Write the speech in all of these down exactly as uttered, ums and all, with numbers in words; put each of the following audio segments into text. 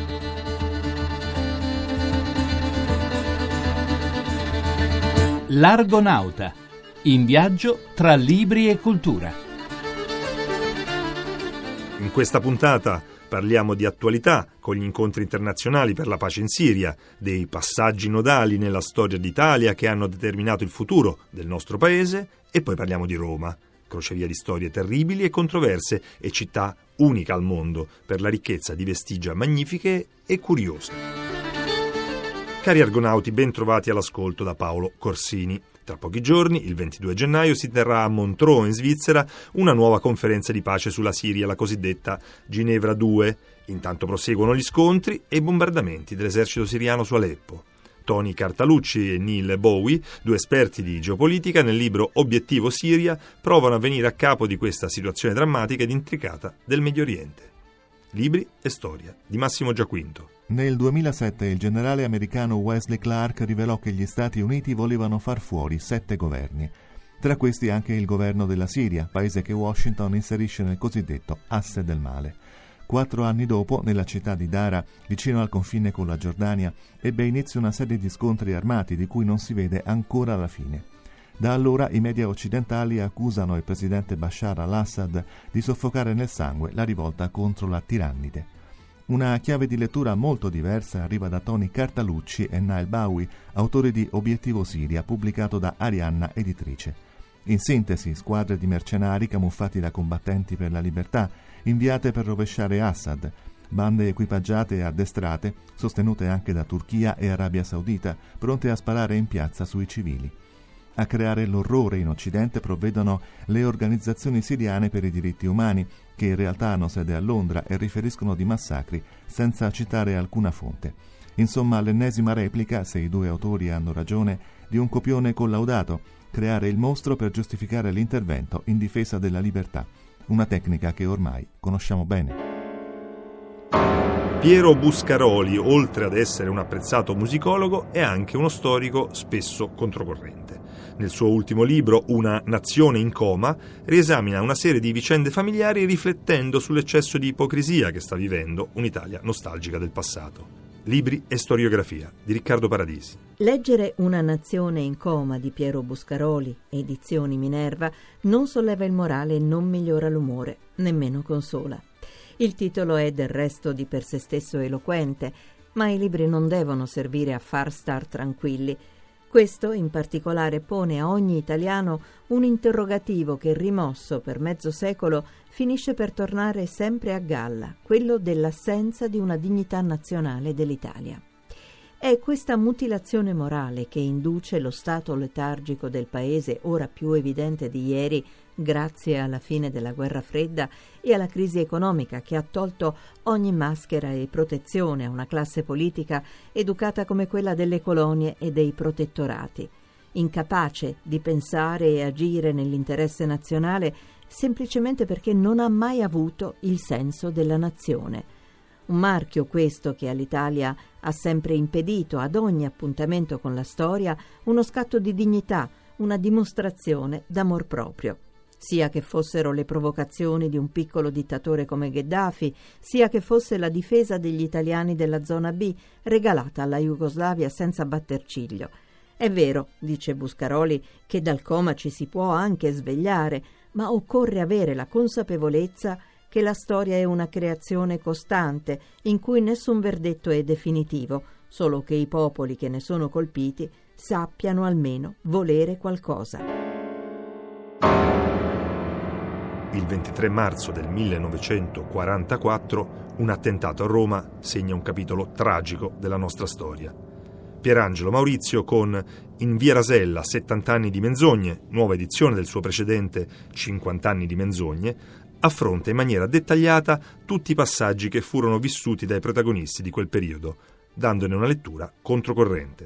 L'Argonauta, in viaggio tra libri e cultura. In questa puntata parliamo di attualità con gli incontri internazionali per la pace in Siria, dei passaggi nodali nella storia d'Italia che hanno determinato il futuro del nostro paese, e poi parliamo di Roma, crocevia di storie terribili e controverse e città unica al mondo per la ricchezza di vestigia magnifiche e curiose. Cari argonauti, ben trovati all'ascolto da Paolo Corsini. Tra pochi giorni, il ventidue gennaio, si terrà a Montreux, in Svizzera, una nuova conferenza di pace sulla Siria, la cosiddetta Ginevra due. Intanto proseguono gli scontri e i bombardamenti dell'esercito siriano su Aleppo. Tony Cartalucci e Neil Bowie, due esperti di geopolitica, nel libro Obiettivo Siria, provano a venire a capo di questa situazione drammatica ed intricata del Medio Oriente. Libri e storia di Massimo Giaquinto. Nel duemilasette il generale americano Wesley Clark rivelò che gli Stati Uniti volevano far fuori sette governi. Tra questi anche il governo della Siria, paese che Washington inserisce nel cosiddetto asse del male. Quattro anni dopo, nella città di Dara, vicino al confine con la Giordania, ebbe inizio una serie di scontri armati di cui non si vede ancora la fine. Da allora i media occidentali accusano il presidente Bashar al-Assad di soffocare nel sangue la rivolta contro la tirannide. Una chiave di lettura molto diversa arriva da Tony Cartalucci e Neil Bowie, autori di Obiettivo Siria, pubblicato da Arianna Editrice. In sintesi, squadre di mercenari camuffati da combattenti per la libertà, inviate per rovesciare Assad, bande equipaggiate e addestrate, sostenute anche da Turchia e Arabia Saudita, pronte a sparare in piazza sui civili. A creare l'orrore in Occidente provvedono le organizzazioni siriane per i diritti umani, che in realtà hanno sede a Londra e riferiscono di massacri senza citare alcuna fonte. Insomma, l'ennesima replica, se i due autori hanno ragione, di un copione collaudato: creare il mostro per giustificare l'intervento in difesa della libertà, una tecnica che ormai conosciamo bene. Piero Buscaroli, oltre ad essere un apprezzato musicologo, è anche uno storico spesso controcorrente. Nel suo ultimo libro, Una nazione in coma, riesamina una serie di vicende familiari riflettendo sull'eccesso di ipocrisia che sta vivendo un'Italia nostalgica del passato. Libri e storiografia di Riccardo Paradisi. Leggere Una nazione in coma di Piero Buscaroli, edizioni Minerva, non solleva il morale e non migliora l'umore, nemmeno consola. Il titolo è del resto di per sé stesso eloquente, ma i libri non devono servire a far star tranquilli. Questo in particolare pone a ogni italiano un interrogativo che, rimosso per mezzo secolo, finisce per tornare sempre a galla, quello dell'assenza di una dignità nazionale dell'Italia. È questa mutilazione morale che induce lo stato letargico del paese, ora più evidente di ieri, grazie alla fine della guerra fredda e alla crisi economica che ha tolto ogni maschera e protezione a una classe politica educata come quella delle colonie e dei protettorati, incapace di pensare e agire nell'interesse nazionale semplicemente perché non ha mai avuto il senso della nazione. Un marchio questo che all'Italia ha sempre impedito ad ogni appuntamento con la storia uno scatto di dignità, una dimostrazione d'amor proprio. Sia che fossero le provocazioni di un piccolo dittatore come Gheddafi, sia che fosse la difesa degli italiani della zona B, regalata alla Jugoslavia senza batter ciglio. È vero, dice Buscaroli, che dal coma ci si può anche svegliare, ma occorre avere la consapevolezza che la storia è una creazione costante, in cui nessun verdetto è definitivo, solo che i popoli che ne sono colpiti sappiano almeno volere qualcosa. Il ventitré marzo del millenovecentoquarantaquattro un attentato a Roma segna un capitolo tragico della nostra storia. Pierangelo Maurizio con In via Rasella, settanta anni di menzogne, nuova edizione del suo precedente cinquanta anni di menzogne, affronta in maniera dettagliata tutti i passaggi che furono vissuti dai protagonisti di quel periodo, dandone una lettura controcorrente.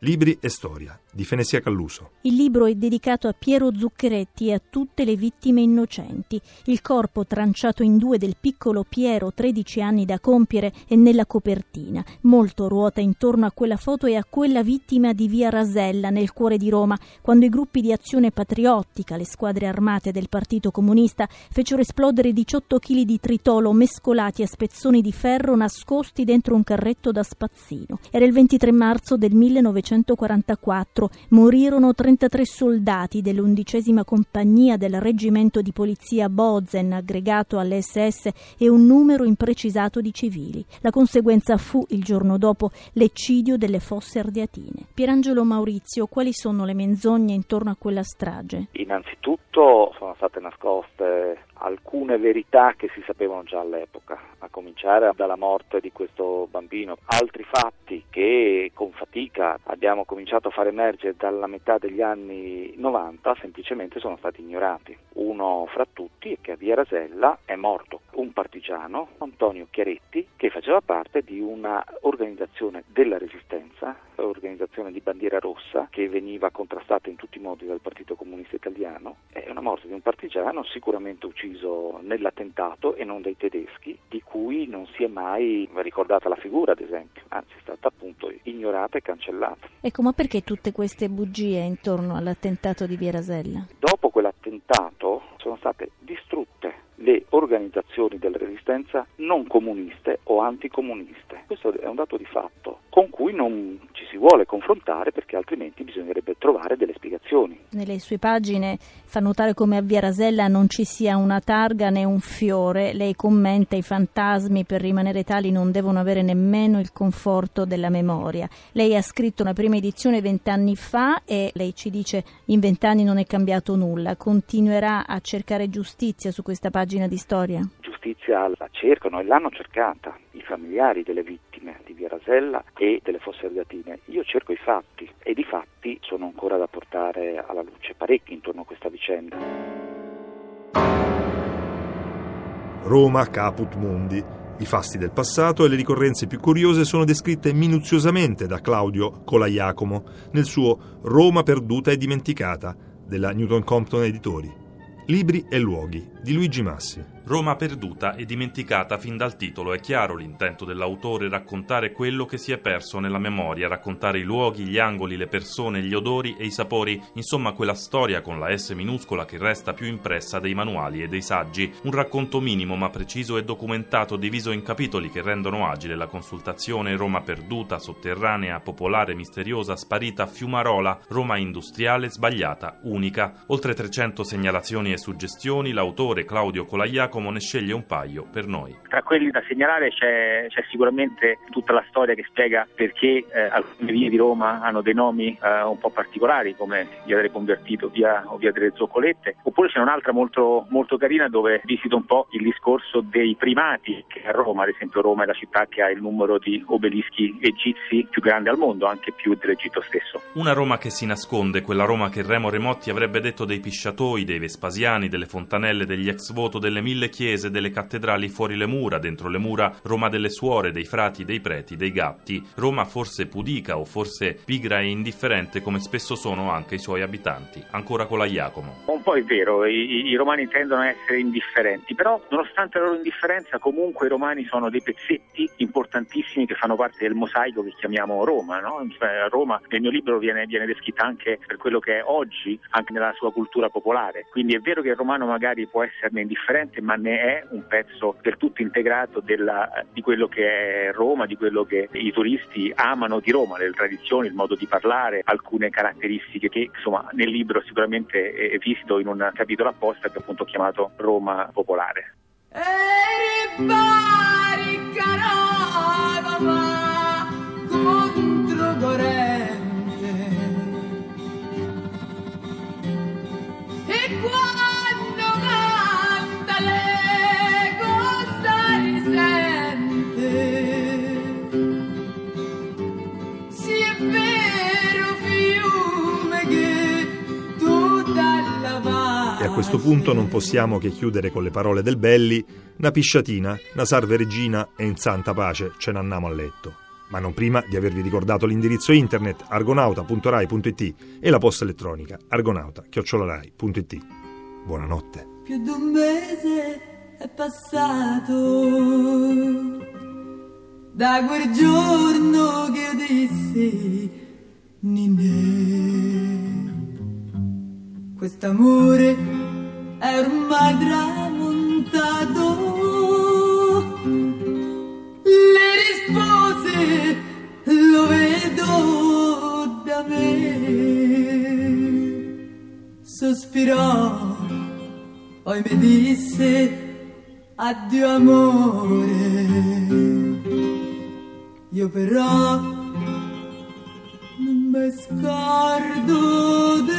Libri e storia di Fenezia Calluso. Il libro è dedicato a Piero Zuccheretti e a tutte le vittime innocenti. Il corpo tranciato in due del piccolo Piero, tredici anni da compiere, è nella copertina. Molto ruota intorno a quella foto e a quella vittima di via Rasella, nel cuore di Roma, quando i gruppi di azione patriottica, le squadre armate del Partito Comunista, fecero esplodere diciotto chili di tritolo mescolati a spezzoni di ferro nascosti dentro un carretto da spazzino. Era il ventitré marzo del millenovecentoquarantaquattro. Morirono trentatré soldati dell'undicesima compagnia del reggimento di polizia Bozen, aggregato alle esse esse, e un numero imprecisato di civili. La conseguenza fu, il giorno dopo, l'eccidio delle Fosse Ardeatine. Pierangelo Maurizio, quali sono le menzogne intorno a quella strage? Innanzitutto sono state nascoste alcune verità che si sapevano già all'epoca, a cominciare dalla morte di questo bambino. Altri fatti che con fatica abbiamo cominciato a far emergere dalla metà degli anni novanta semplicemente sono stati ignorati. Uno fra tutti è che a via Rasella è morto un partigiano, Antonio Chiaretti, che faceva parte di una organizzazione della Resistenza, organizzazione di bandiera rossa, che veniva contrastata in tutti i modi dal Partito Comunista Italiano. È una morte di un partigiano sicuramente ucciso nell'attentato e non dai tedeschi, di cui non si è mai ricordata la figura, ad esempio, anzi è stata appunto ignorata e cancellata. Ecco, ma perché tutte queste bugie intorno all'attentato di via Rasella? Dopo quell'attentato sono state distrutte le organizzazioni della Resistenza non comuniste o anticomuniste. Questo è un dato di fatto con cui non ci si vuole confrontare, perché altrimenti bisognerebbe trovare delle spiegazioni. Nelle sue pagine fa notare come a via Rasella non ci sia una targa né un fiore. Lei commenta: i fantasmi, per rimanere tali, non devono avere nemmeno il conforto della memoria. Lei ha scritto una prima edizione vent'anni fa e lei ci dice: in vent'anni non è cambiato nulla. Continuerà a cercare giustizia su questa pagina di storia? Giustizia la cercano e l'hanno cercata i familiari delle vittime di via Rasella e delle Fosse Ardeatine. Io cerco i fatti e di fatti sono ancora da portare alla luce parecchi intorno a questa vicenda. Roma caput mundi. I fasti del passato e le ricorrenze più curiose sono descritte minuziosamente da Claudio Colaiacomo nel suo Roma perduta e dimenticata della Newton Compton Editori. Libri e luoghi di Luigi Massi. Roma perduta e dimenticata. Fin dal titolo è chiaro l'intento dell'autore: raccontare quello che si è perso nella memoria, raccontare i luoghi, gli angoli, le persone, gli odori e i sapori, insomma quella storia con la S minuscola che resta più impressa dei manuali e dei saggi. Un racconto minimo ma preciso e documentato, diviso in capitoli che rendono agile la consultazione. Roma perduta, sotterranea, popolare, misteriosa, sparita, fiumarola, Roma industriale, sbagliata, unica. Oltre trecento segnalazioni e suggestioni, l'autore Claudio Colaiacomo ne sceglie un paio per noi. Tra quelli da segnalare c'è, c'è sicuramente tutta la storia che spiega perché eh, alcune vie di Roma hanno dei nomi eh, un po' particolari, come via delle Convertito via, o via delle Zoccolette. Oppure c'è un'altra molto, molto carina dove visito un po' il discorso dei primati che a Roma. Ad esempio Roma è la città che ha il numero di obelischi egizi più grande al mondo, anche più dell'Egitto stesso. Una Roma che si nasconde, quella Roma che Remo Remotti avrebbe detto dei Pisciatoi, dei Vespasiani, delle fontanelle, degli ex voto, delle mille chiese, delle cattedrali fuori le mura, dentro le mura Roma delle suore, dei frati, dei preti, dei gatti. Roma forse pudica o forse pigra e indifferente, come spesso sono anche i suoi abitanti. Ancora Colaiacomo. Un po' è vero, i, i romani tendono a essere indifferenti, però nonostante la loro indifferenza comunque i romani sono dei pezzetti importantissimi che fanno parte del mosaico che chiamiamo Roma, no? Roma nel mio libro viene, viene descritta anche per quello che è oggi, anche nella sua cultura popolare. Quindi è vero che il romano magari può esserne indifferente, ma ne è un pezzo del tutto integrato della, di quello che è Roma, di quello che i turisti amano di Roma, le tradizioni, il modo di parlare, alcune caratteristiche che insomma nel libro sicuramente eh, visito in un capitolo apposta che appunto ho chiamato Roma popolare. E a questo punto non possiamo che chiudere con le parole del Belli: na pisciatina, na sarve regina e in santa pace ce n'annamo a letto. ma non prima di avervi ricordato l'indirizzo internet argonauta punto rai punto it e la posta elettronica argonauta chiocciola rai punto it. Buonanotte. Più di un mese è passato da quel giorno che io dissi Ninè, quest'amore è ormai tramontato. Le rispose, lo vedo da me. Sospirò, poi mi disse addio amore. Io però non mi scordo